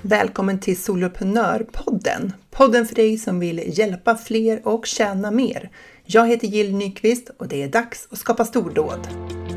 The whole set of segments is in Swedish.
Välkommen till Soloprenörpodden. Podden för dig som vill hjälpa fler och tjäna mer. Jag heter Jill Nyqvist och det är dags att skapa stordåd.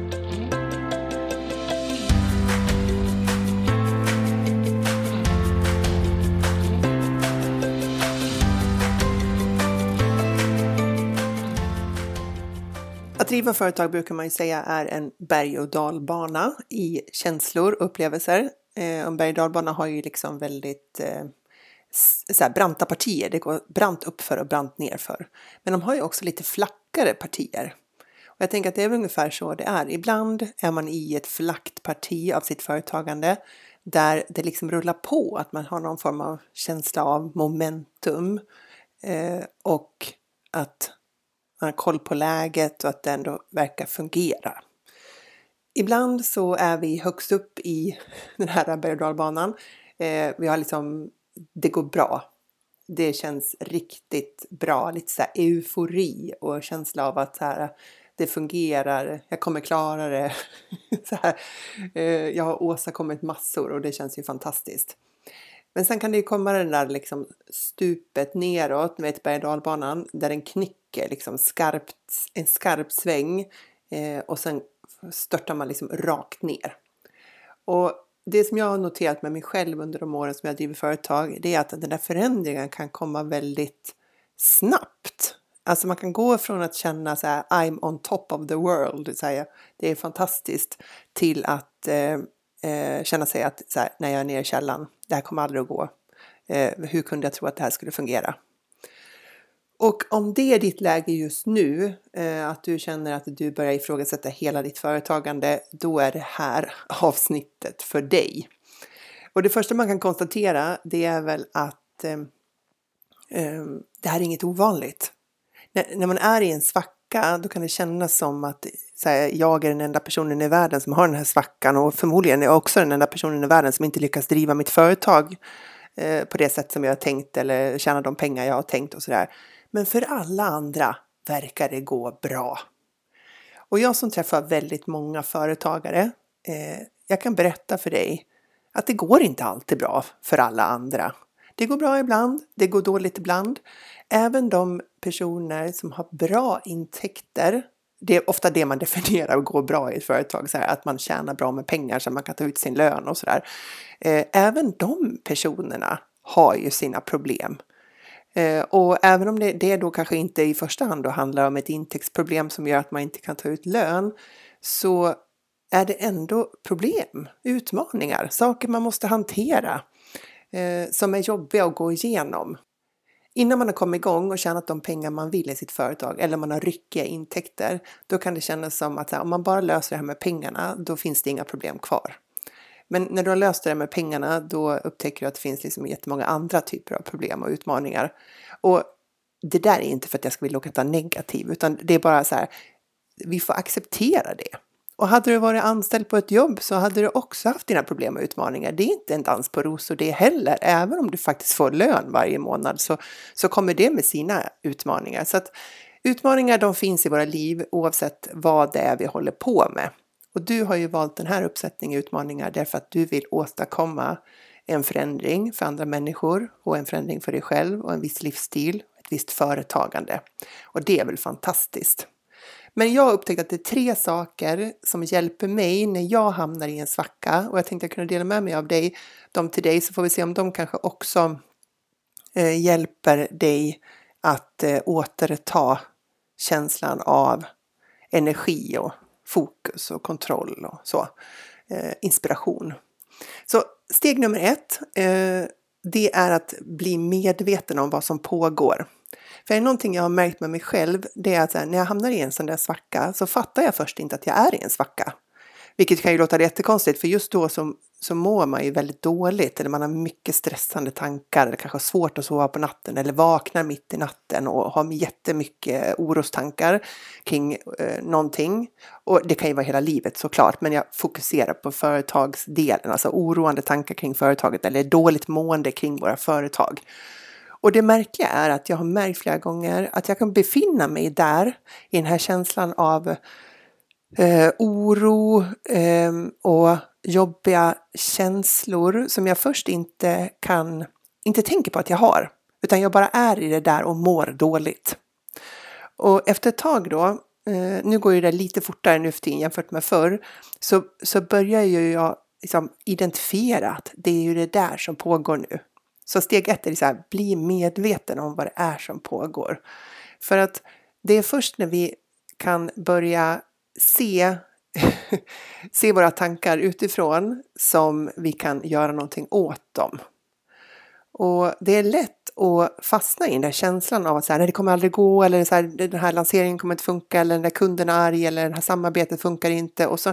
Att driva företag brukar man ju säga är en berg- och dalbana i känslor och upplevelser. En berg- och dalbana har ju liksom väldigt så här branta partier. Det går brant uppför och brant nerför. Men de har ju också lite flackare partier. Och jag tänker att det är ungefär så det är. Ibland är man i ett flackt parti av sitt företagande där det liksom rullar på. Att man har någon form av känsla av momentum och att man har koll på läget och att det ändå verkar fungera. Ibland så är vi högst upp i den här berg- och dalbanan. Vi har liksom, det går bra. Det känns riktigt bra. Lite så här eufori och känsla av att så här, det fungerar. Jag kommer klara det. Så här, jag har åstadkommit massor och det känns ju fantastiskt. Men sen kan det ju komma den där liksom stupet neråt med ett berg- och dalbanan där den knycker liksom en skarp sväng och sen störtar man liksom rakt ner. Och det som jag har noterat med mig själv under de åren som jag driver företag, det är att den där förändringen kan komma väldigt snabbt. Alltså man kan gå från att känna så här, I'm on top of the world, det är fantastiskt, till att känna sig att så här, när jag är nere i källan, det här kommer aldrig att gå. Hur kunde jag tro att det här skulle fungera? Och om det är ditt läge just nu, att du känner att du börjar ifrågasätta hela ditt företagande, då är det här avsnittet för dig. Och det första man kan konstatera, det är väl att det här är inget ovanligt. När man är i en svacka, då kan det kännas som att så här, jag är den enda personen i världen som har den här svackan, och förmodligen är jag också den enda personen i världen som inte lyckas driva mitt företag på det sätt som jag har tänkt eller tjäna de pengar jag har tänkt och sådär. Men för alla andra verkar det gå bra. Och jag som träffar väldigt många företagare, jag kan berätta för dig att det går inte alltid bra för alla andra. Det går bra ibland, det går dåligt ibland. Även de personer som har bra intäkter, det är ofta det man definierar att gå bra i ett företag, så här, att man tjänar bra med pengar så man kan ta ut sin lön och sådär. Även de personerna har ju sina problem. Och även om det då kanske inte i första hand då handlar om ett intäktsproblem som gör att man inte kan ta ut lön, så är det ändå problem, utmaningar, saker man måste hantera som är jobbiga att gå igenom. Innan man har kommit igång och tjänat de pengar man vill i sitt företag, eller man har ryckiga intäkter, då kan det kännas som att om man bara löser det här med pengarna, då finns det inga problem kvar. Men när du har löst det med pengarna, då upptäcker du att det finns liksom jättemånga andra typer av problem och utmaningar. Och det där är inte för att jag ska vilja låta negativ, utan det är bara så här, vi får acceptera det. Och hade du varit anställd på ett jobb så hade du också haft dina problem och utmaningar. Det är inte en dans på rosor det heller. Även om du faktiskt får lön varje månad så kommer det med sina utmaningar. Så att utmaningar, de finns i våra liv oavsett vad det är vi håller på med. Och du har ju valt den här uppsättningen utmaningar därför att du vill åstadkomma en förändring för andra människor och en förändring för dig själv och en viss livsstil, ett visst företagande. Och det är väl fantastiskt. Men jag har upptäckt att det är 3 saker som hjälper mig när jag hamnar i en svacka, och jag tänkte kunna dela med mig av dem till dig, så får vi se om de kanske också hjälper dig att återta känslan av energi och fokus och kontroll och så. Inspiration. Så steg nummer 1, det är att bli medveten om vad som pågår. För är det någonting jag har märkt med mig själv, det är att när jag hamnar i en sån där svacka så fattar jag först inte att jag är i en svacka. Vilket kan ju låta jättekonstigt, för just då så mår man ju väldigt dåligt, eller man har mycket stressande tankar, eller kanske har svårt att sova på natten, eller vaknar mitt i natten och har jättemycket orostankar kring någonting. Och det kan ju vara hela livet såklart, men jag fokuserar på företagsdelen, alltså oroande tankar kring företaget eller dåligt mående kring våra företag. Och det märkliga är att jag har märkt flera gånger att jag kan befinna mig där i den här känslan av oro och jobbiga känslor som jag först inte tänker på att jag har. Utan jag bara är i det där och mår dåligt. Och efter ett tag då, nu går ju det lite fortare nu för tiden jämfört med förr, så börjar ju jag liksom identifiera att det är ju det där som pågår nu. Så steg 1 är så här, bli medveten om vad det är som pågår. För att det är först när vi kan börja se våra tankar utifrån som vi kan göra någonting åt dem. Och det är lätt att fastna i den där känslan av att så här, nej, det kommer aldrig gå, eller så här, den här lanseringen kommer inte funka, eller den där kunden är arg, eller den här samarbetet funkar inte. Och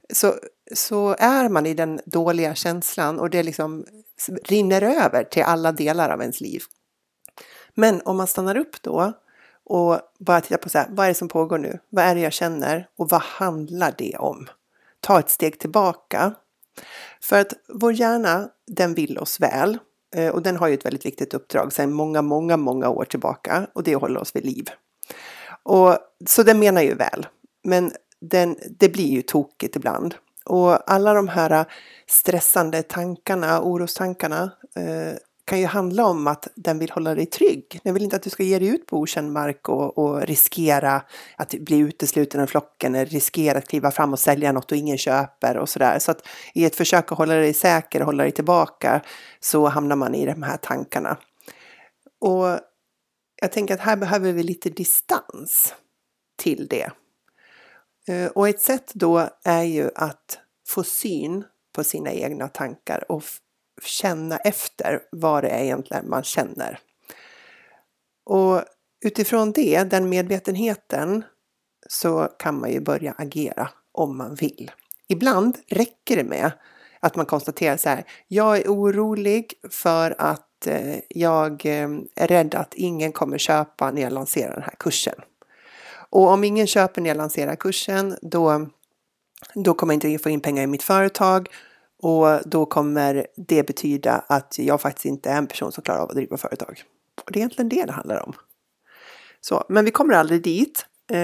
så är man i den dåliga känslan och det liksom rinner över till alla delar av ens liv. Men om man stannar upp då och bara tittar på så här, vad är det som pågår nu? Vad är det jag känner? Och vad handlar det om? Ta ett steg tillbaka. För att vår hjärna, den vill oss väl. Och den har ju ett väldigt viktigt uppdrag sedan många år tillbaka. Och det är att hålla oss vid liv. Och, så den menar ju väl. Men det blir ju tokigt ibland. Och alla de här stressande tankarna, orostankarna kan ju handla om att den vill hålla dig trygg. Den vill inte att du ska ge dig ut på okänd mark och riskera att bli utesluten av flocken, eller riskera att kliva fram och sälja något och ingen köper och sådär. Så att i ett försök att hålla dig säker och hålla dig tillbaka så hamnar man i de här tankarna. Och jag tänker att här behöver vi lite distans till det. Och ett sätt då är ju att få syn på sina egna tankar och känna efter vad det är egentligen man känner. Och utifrån det, den medvetenheten, så kan man ju börja agera om man vill. Ibland räcker det med att man konstaterar så här, jag är orolig för att jag är rädd att ingen kommer köpa när jag lanserar den här kursen. Och om ingen köper när jag lanserar kursen, då kommer jag inte få in pengar i mitt företag. Och då kommer det betyda att jag faktiskt inte är en person som klarar av att driva företag. Och det är egentligen det handlar om. Så, men vi kommer aldrig dit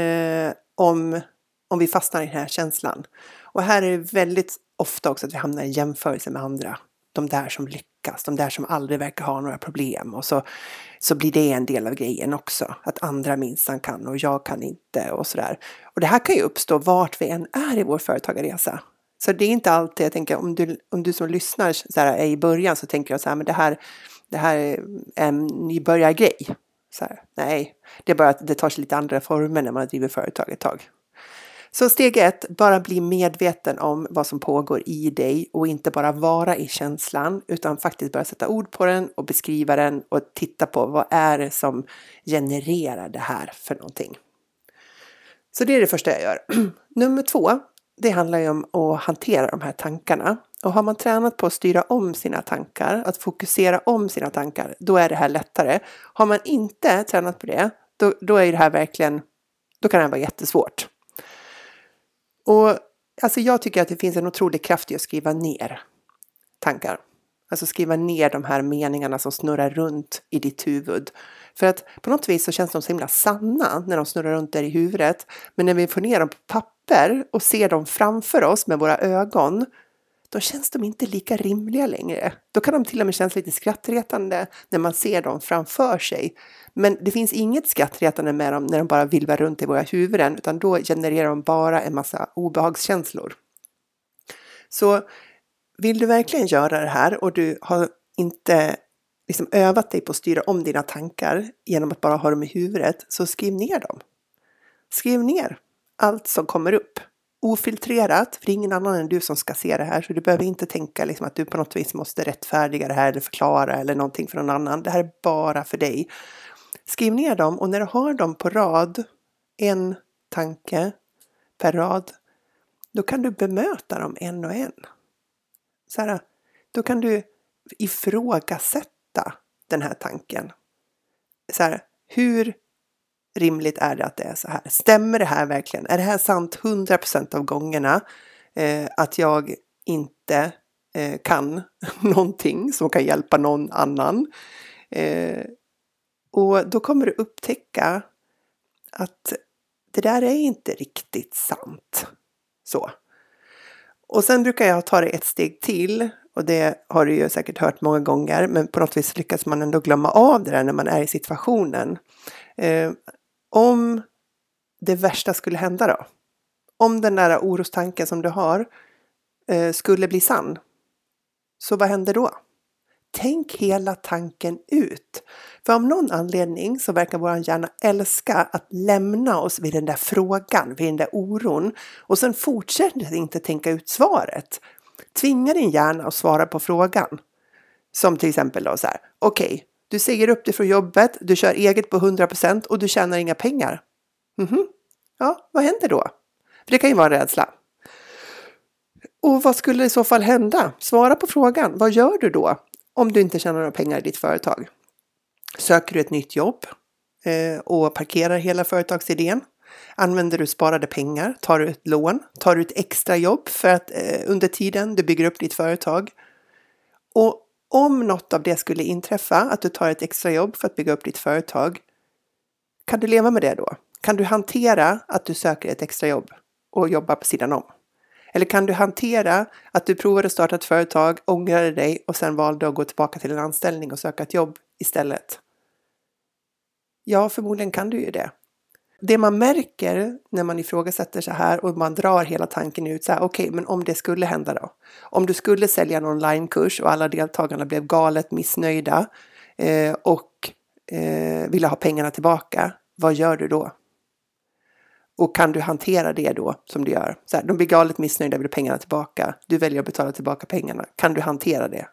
om vi fastnar i den här känslan. Och här är det väldigt ofta också att vi hamnar i jämförelse med andra. De där som lyckas, de där som aldrig verkar ha några problem. Och så blir det en del av grejen också. Att andra minsann kan och jag kan inte och sådär. Och det här kan ju uppstå vart vi än är i vår företagarresa. Så det är inte alltid, jag tänker om du som lyssnar så här, är i början så tänker jag så här, men det här är en nybörjargrej. Så här, nej, det är bara att det tar sig lite andra former när man driver företag ett tag. Så steg 1, bara bli medveten om vad som pågår i dig och inte bara vara i känslan utan faktiskt börja sätta ord på den och beskriva den och titta på vad är det som genererar det här för någonting. Så det är det första jag gör. Nummer 2, det handlar ju om att hantera de här tankarna. Och har man tränat på att styra om sina tankar, att fokusera om sina tankar, då är det här lättare. Har man inte tränat på det, då är det här verkligen, då kan det vara jättesvårt. Och alltså jag tycker att det finns en otrolig kraft i att skriva ner tankar. Alltså skriva ner de här meningarna som snurrar runt i ditt huvud. För att på något vis så känns de så himla sanna när de snurrar runt där i huvudet. Men när vi får ner dem på papper och ser dem framför oss med våra ögon, då känns de inte lika rimliga längre. Då kan de till och med kännas lite skrattretande när man ser dem framför sig. Men det finns inget skrattretande med dem när de bara vilvar runt i våra huvuden, utan då genererar de bara en massa obehagskänslor. Så vill du verkligen göra det här och du har inte liksom övat dig på att styra om dina tankar genom att bara ha dem i huvudet, så skriv ner dem. Skriv ner allt som kommer upp. Ofiltrerat, för det är ingen annan än du som ska se det här, så du behöver inte tänka liksom att du på något vis måste rättfärdiga det här eller förklara eller någonting för någon annan. Det här är bara för dig. Skriv ner dem och när du har dem på rad, en tanke per rad, då kan du bemöta dem en och en. Så här, då kan du ifrågasätta den här tanken. Så här, hur rimligt är det att det är så här? Stämmer det här verkligen? Är det här sant 100% av gångerna att jag inte kan någonting som kan hjälpa någon annan? Och då kommer du upptäcka att det där är inte riktigt sant. Så. Och sen brukar jag ta det ett steg till, och det har du ju säkert hört många gånger, men på något vis lyckas man ändå glömma av det där när man är i situationen. Om det värsta skulle hända då, om den där orostanken som du har skulle bli sann, så vad händer då? Tänk hela tanken ut. För av någon anledning så verkar vår hjärna älska att lämna oss vid den där frågan, vid den där oron. Och sen fortsätter inte tänka ut svaret. Tvinga din hjärna att svara på frågan. Som till exempel då så här. Okej, du säger upp dig från jobbet, du kör eget på 100% och du tjänar inga pengar. Ja, vad händer då? För det kan ju vara en rädsla. Och vad skulle i så fall hända? Svara på frågan. Vad gör du då om du inte tjänar några pengar i ditt företag? Söker du ett nytt jobb och parkerar hela företagsidén? Använder du sparade pengar? Tar du ett lån? Tar du ett extra jobb för att under tiden du bygger upp ditt företag? Och om något av det skulle inträffa, att du tar ett extra jobb för att bygga upp ditt företag, kan du leva med det då? Kan du hantera att du söker ett extra jobb och jobbar på sidan om? Eller kan du hantera att du provade att starta ett företag, ångrade dig och sen valde att gå tillbaka till en anställning och söka ett jobb istället? Ja, förmodligen kan du ju det. Det man märker när man ifrågasätter så här och man drar hela tanken ut så här, okej, men om det skulle hända då? Om du skulle sälja en onlinekurs och alla deltagarna blev galet missnöjda och ville ha pengarna tillbaka, vad gör du då? Och kan du hantera det då som du gör? Så här, de blir galet missnöjda, vill pengarna tillbaka. Du väljer att betala tillbaka pengarna. Kan du hantera det?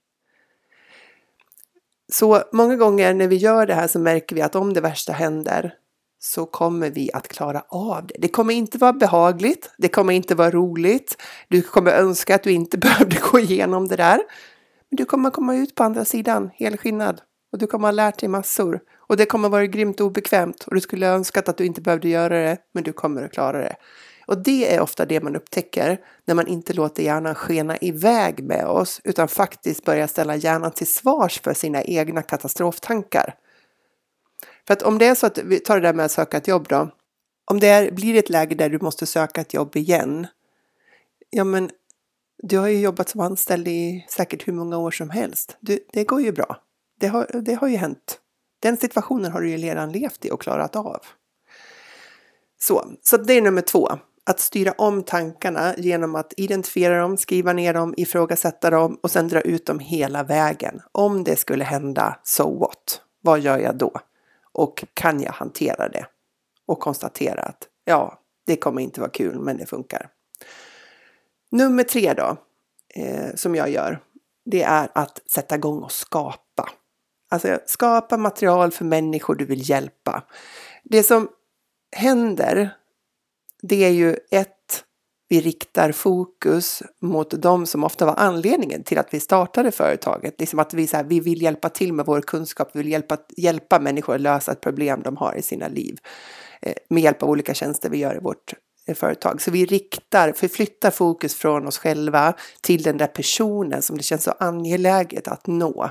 Så många gånger när vi gör det här så märker vi att om det värsta händer så kommer vi att klara av det. Det kommer inte vara behagligt. Det kommer inte vara roligt. Du kommer önska att du inte behövde gå igenom det där. Men du kommer komma ut på andra sidan, helskinnad. Och du kommer ha lärt dig massor. Och det kommer vara grymt obekvämt. Och du skulle önskat att du inte behövde göra det. Men du kommer att klara det. Och det är ofta det man upptäcker när man inte låter hjärnan skena iväg med oss. Utan faktiskt börjar ställa hjärnan till svars för sina egna katastroftankar. För att om det är så att vi tar det där med att söka ett jobb då. Om det blir ett läge där du måste söka ett jobb igen. Ja, men du har ju jobbat som anställd i säkert hur många år som helst. Det går ju bra. Det har ju hänt. Den situationen har du ju redan levt i och klarat av. Så det är nummer 2. Att styra om tankarna genom att identifiera dem, skriva ner dem, ifrågasätta dem och sen dra ut dem hela vägen. Om det skulle hända, so what? Vad gör jag då? Och kan jag hantera det? Och konstatera att ja, det kommer inte vara kul men det funkar. Nummer 3 då, som jag gör, det är att sätta igång och skapa. Alltså skapa material för människor du vill hjälpa. Det som händer, det är ju vi riktar fokus mot de som ofta var anledningen till att vi startade företaget. Liksom att vi vill hjälpa till med vår kunskap, vi vill hjälpa människor att lösa ett problem de har i sina liv. Med hjälp av olika tjänster vi gör i vårt företag. Så vi förflyttar fokus från oss själva till den där personen som det känns så angeläget att nå.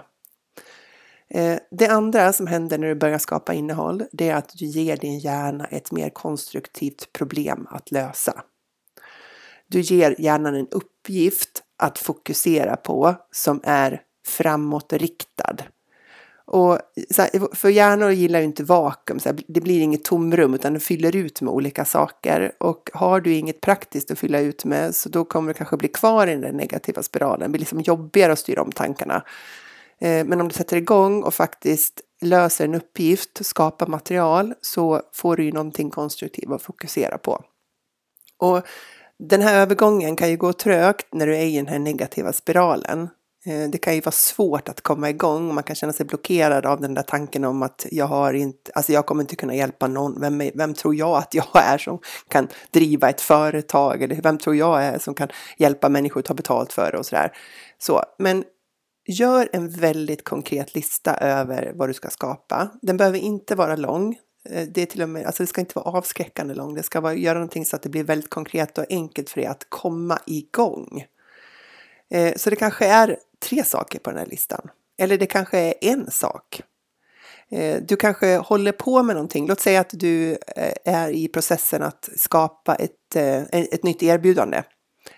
Det andra som händer när du börjar skapa innehåll, det är att du ger din hjärna ett mer konstruktivt problem att lösa. Du ger hjärnan en uppgift att fokusera på som är framåtriktad. Och för hjärnor gillar ju inte vakuum, det blir inget tomrum utan det fyller ut med olika saker. Och har du inget praktiskt att fylla ut med så då kommer du kanske bli kvar i den negativa spiralen. Det blir liksom jobbigare att styra om tankarna. Men om du sätter igång och faktiskt löser en uppgift, skapar material, så får du ju någonting konstruktivt att fokusera på. Och den här övergången kan ju gå trögt när du är i den här negativa spiralen. Det kan ju vara svårt att komma igång och man kan känna sig blockerad av den där tanken om att jag kommer inte kunna hjälpa någon. Vem tror jag att jag är som kan driva ett företag? Eller vem tror jag är som kan hjälpa människor att ta betalt för det och sådär. Men gör en väldigt konkret lista över vad du ska skapa. Den behöver inte vara lång. Det är till och med, det ska inte vara avskräckande lång. Det ska göra någonting så att det blir väldigt konkret och enkelt för dig att komma igång. Så det kanske är 3 saker på den här listan. Eller det kanske är en sak. Du kanske håller på med någonting. Låt säga att du är i processen att skapa ett nytt erbjudande.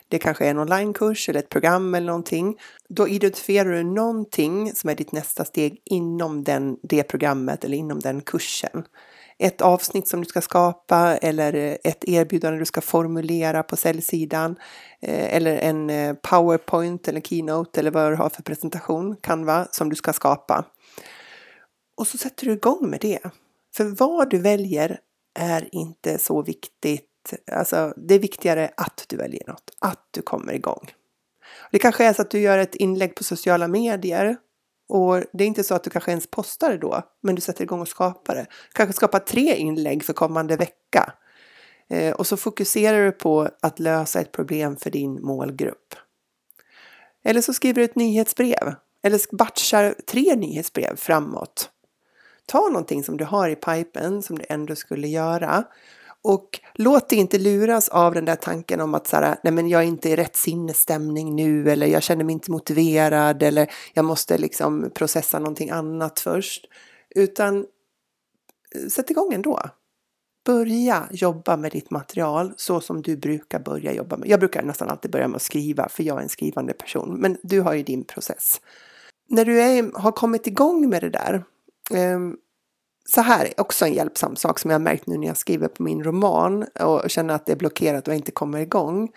Det kanske är en onlinekurs eller ett program eller någonting. Då identifierar du någonting som är ditt nästa steg inom det programmet eller inom den kursen. Ett avsnitt som du ska skapa eller ett erbjudande du ska formulera på säljsidan eller en PowerPoint eller Keynote eller vad du har för presentation, Canva, som du ska skapa. Och så sätter du igång med det. För vad du väljer är inte så viktigt. Alltså, det är viktigare att du väljer något, att du kommer igång. Det kanske är så att du gör ett inlägg på sociala medier och det är inte så att du kanske ens postar det då, men du sätter igång och skapar det. Kanske skapa 3 inlägg för kommande vecka. Och så fokuserar du på att lösa ett problem för din målgrupp. Eller så skriver du ett nyhetsbrev. Eller batchar 3 nyhetsbrev framåt. Ta någonting som du har i pipen som du ändå skulle göra. Och låt dig inte luras av den där tanken om att nej men jag är inte i rätt sinnesstämning nu. Eller jag känner mig inte motiverad. Eller jag måste liksom processa någonting annat först. Utan sätt igång ändå. Börja jobba med ditt material så som du brukar börja jobba med. Jag brukar nästan alltid börja med att skriva för jag är en skrivande person. Men du har ju din process. När du har kommit igång med det där. Så här är också en hjälpsam sak som jag har märkt nu när jag skriver på min roman. Och känner att det är blockerat och jag inte kommer igång.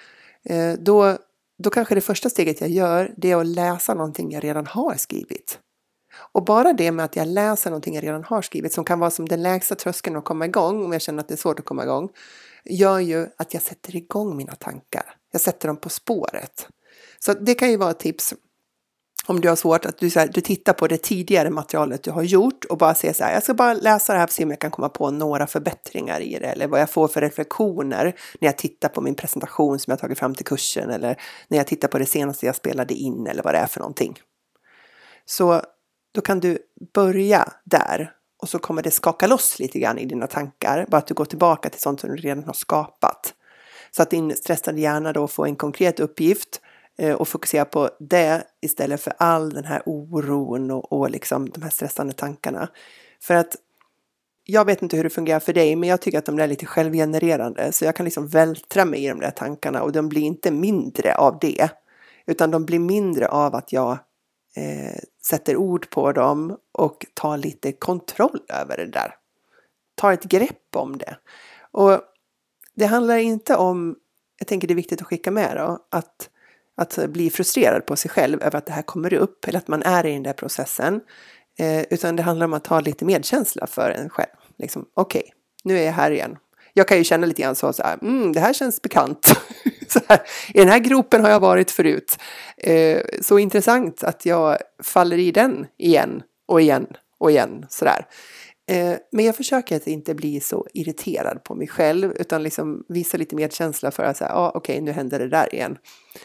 Då kanske det första steget jag gör det är att läsa någonting jag redan har skrivit. Och bara det med att jag läser någonting jag redan har skrivit som kan vara som den lägsta tröskeln att komma igång om jag känner att det är svårt att komma igång gör ju att jag sätter igång mina tankar. Jag sätter dem på spåret. Så det kan ju vara ett tips om du har svårt att du tittar på det tidigare materialet du har gjort och bara säger så här, jag ska bara läsa det här för att se om jag kan komma på några förbättringar i det eller vad jag får för reflektioner när jag tittar på min presentation som jag tagit fram till kursen eller när jag tittar på det senaste jag spelade in eller vad det är för någonting. Så då kan du börja där och så kommer det skaka loss lite grann i dina tankar. Bara att du går tillbaka till sånt som du redan har skapat. Så att din stressade hjärna då får en konkret uppgift och fokusera på det istället för all den här oron och liksom de här stressande tankarna. För att jag vet inte hur det fungerar för dig men jag tycker att de är lite självgenererande. Så jag kan liksom vältra mig i de där tankarna och de blir inte mindre av det. Utan de blir mindre av att jag sätter ord på dem och tar lite kontroll över det där. Tar ett grepp om det. Och det handlar inte om, jag tänker det är viktigt att skicka med då, att bli frustrerad på sig själv över att det här kommer upp eller att man är i den där processen. Utan det handlar om att ha lite medkänsla för en själv. Liksom, okej, nu är jag här igen. Jag kan ju känna lite grann så här, det här känns bekant. Så här, i den här gropen har jag varit förut. Så intressant att jag faller i den igen och igen och igen. Sådär. Men jag försöker att inte bli så irriterad på mig själv. Utan liksom visa lite medkänsla för att säga, okej, nu händer det där igen.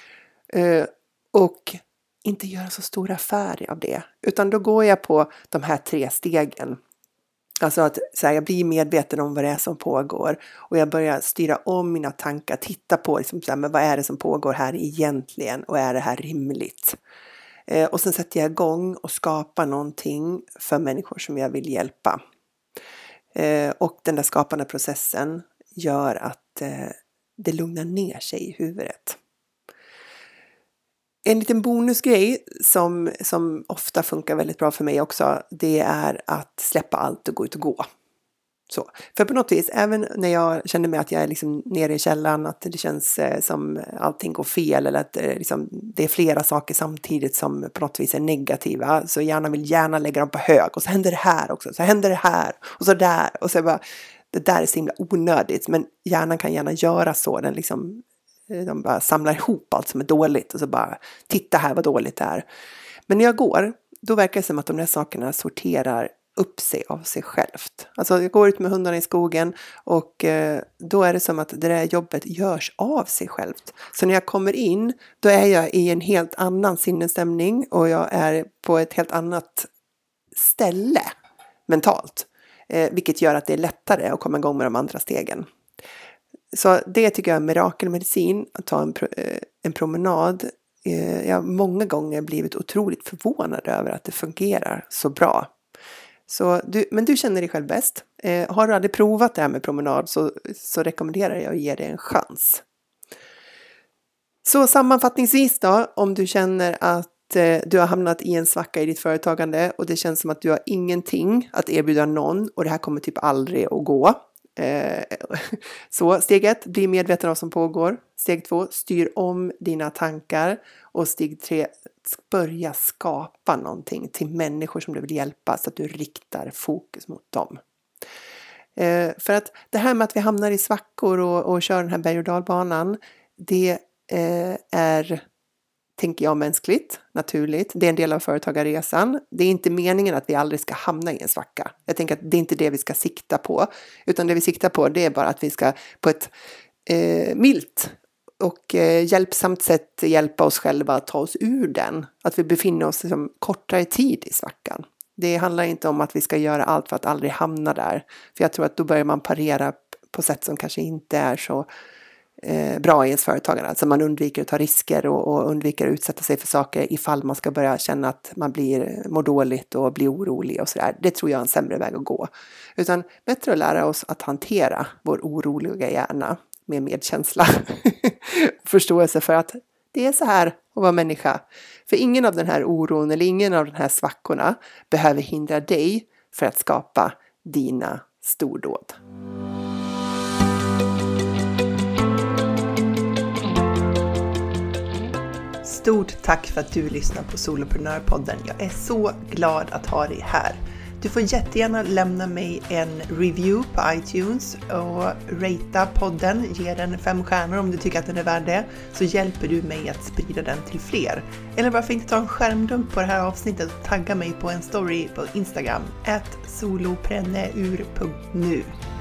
Och inte göra så stor affär av det. Utan då går jag på de här 3 stegen. Alltså att så här, jag blir medveten om vad det är som pågår. Och jag börjar styra om mina tankar. Titta på liksom, så här, men vad är det som pågår här egentligen. Och är det här rimligt? Och sen sätter jag igång och skapar någonting för människor som jag vill hjälpa. Och den där skapande processen gör att det lugnar ner sig i huvudet. En liten bonusgrej som ofta funkar väldigt bra för mig också, det är att släppa allt och gå ut och gå. Så. För på något vis, även när jag känner mig att jag är liksom nere i källan, att det känns som allting går fel eller att liksom, det är flera saker samtidigt som på något vis är negativa, så hjärnan vill gärna lägga dem på hög och så händer det här också, så händer det här och så där och så bara, det där är så himla onödigt, men hjärnan kan gärna göra så, den liksom de bara samlar ihop allt som är dåligt och så bara, titta här vad dåligt det är. Men när jag går, då verkar det som att de där sakerna sorterar upp sig av sig självt. Alltså jag går ut med hundarna i skogen och då är det som att det där jobbet görs av sig självt. Så när jag kommer in, då är jag i en helt annan sinnesstämning och jag är på ett helt annat ställe mentalt. Vilket gör att det är lättare att komma igång med de andra stegen. Så det tycker jag är mirakelmedicin, att ta en promenad. Jag har många gånger blivit otroligt förvånad över att det fungerar så bra. Men du känner dig själv bäst. Har du aldrig provat det här med promenad så rekommenderar jag att ge det en chans. Så sammanfattningsvis då, om du känner att du har hamnat i en svacka i ditt företagande och det känns som att du har ingenting att erbjuda någon och det här kommer typ aldrig att gå. Så steg 1, bli medveten om vad som pågår. Steg 2, styr om dina tankar. Och steg 3, börja skapa någonting till människor som du vill hjälpa så att du riktar fokus mot dem. För att det här med att vi hamnar i svackor och kör den här berg- och dalbanan, det är, tänker jag, mänskligt, naturligt. Det är en del av företagarresan. Det är inte meningen att vi aldrig ska hamna i en svacka. Jag tänker att det är inte det vi ska sikta på. Utan det vi siktar på, det är bara att vi ska på ett milt och hjälpsamt sätt hjälpa oss själva att ta oss ur den. Att vi befinner oss liksom kortare tid i svackan. Det handlar inte om att vi ska göra allt för att aldrig hamna där. För jag tror att då börjar man parera på sätt som kanske inte är så bra i ens företagande. Alltså man undviker att ta risker och undviker att utsätta sig för saker ifall man ska börja känna att man mår dåligt och blir orolig och sådär. Det tror jag är en sämre väg att gå. Utan bättre att lära oss att hantera vår oroliga hjärna med medkänsla. Förståelse för att det är så här att vara människa. För ingen av den här oron eller ingen av de här svackorna behöver hindra dig för att skapa dina stordåd. Stort tack för att du lyssnar på Soloprenörpodden. Jag är så glad att ha dig här. Du får jättegärna lämna mig en review på iTunes och ratea podden. Ge den 5 stjärnor om du tycker att den är värd det. Så hjälper du mig att sprida den till fler. Eller varför inte ta en skärmdump på det här avsnittet och tagga mig på en story på Instagram @solopreneur.nu.